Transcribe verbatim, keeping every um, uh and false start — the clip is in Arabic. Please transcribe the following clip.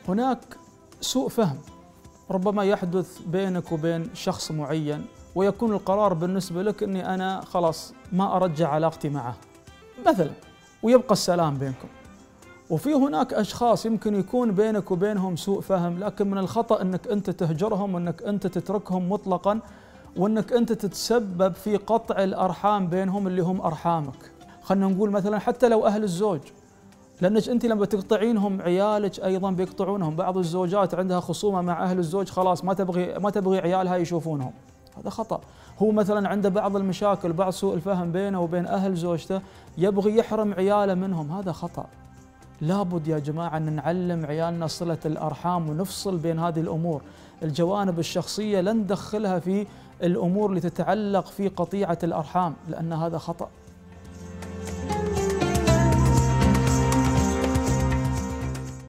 هناك سوء فهم ربما يحدث بينك وبين شخص معين، ويكون القرار بالنسبة لك أني أنا خلاص ما أرجع علاقتي معه مثلا، ويبقى السلام بينكم. وفي هناك أشخاص يمكن يكون بينك وبينهم سوء فهم، لكن من الخطأ أنك أنت تهجرهم وأنك أنت تتركهم مطلقا، وأنك أنت تتسبب في قطع الأرحام بينهم اللي هم أرحامك. خلنا نقول مثلا حتى لو أهل الزوج، لأنك أنت لما تقطعينهم عيالك أيضا بيقطعونهم. بعض الزوجات عندها خصومة مع أهل الزوج، خلاص ما تبغي ما تبغي عيالها يشوفونهم، هذا خطأ. هو مثلا عنده بعض المشاكل، بعض سوء الفهم بينه وبين أهل زوجته، يبغي يحرم عياله منهم، هذا خطأ. لابد يا جماعة أن نعلم عيالنا صلة الأرحام ونفصل بين هذه الأمور. الجوانب الشخصية لن ندخلها في الأمور اللي تتعلق في قطيعة الأرحام، لأن هذا خطأ.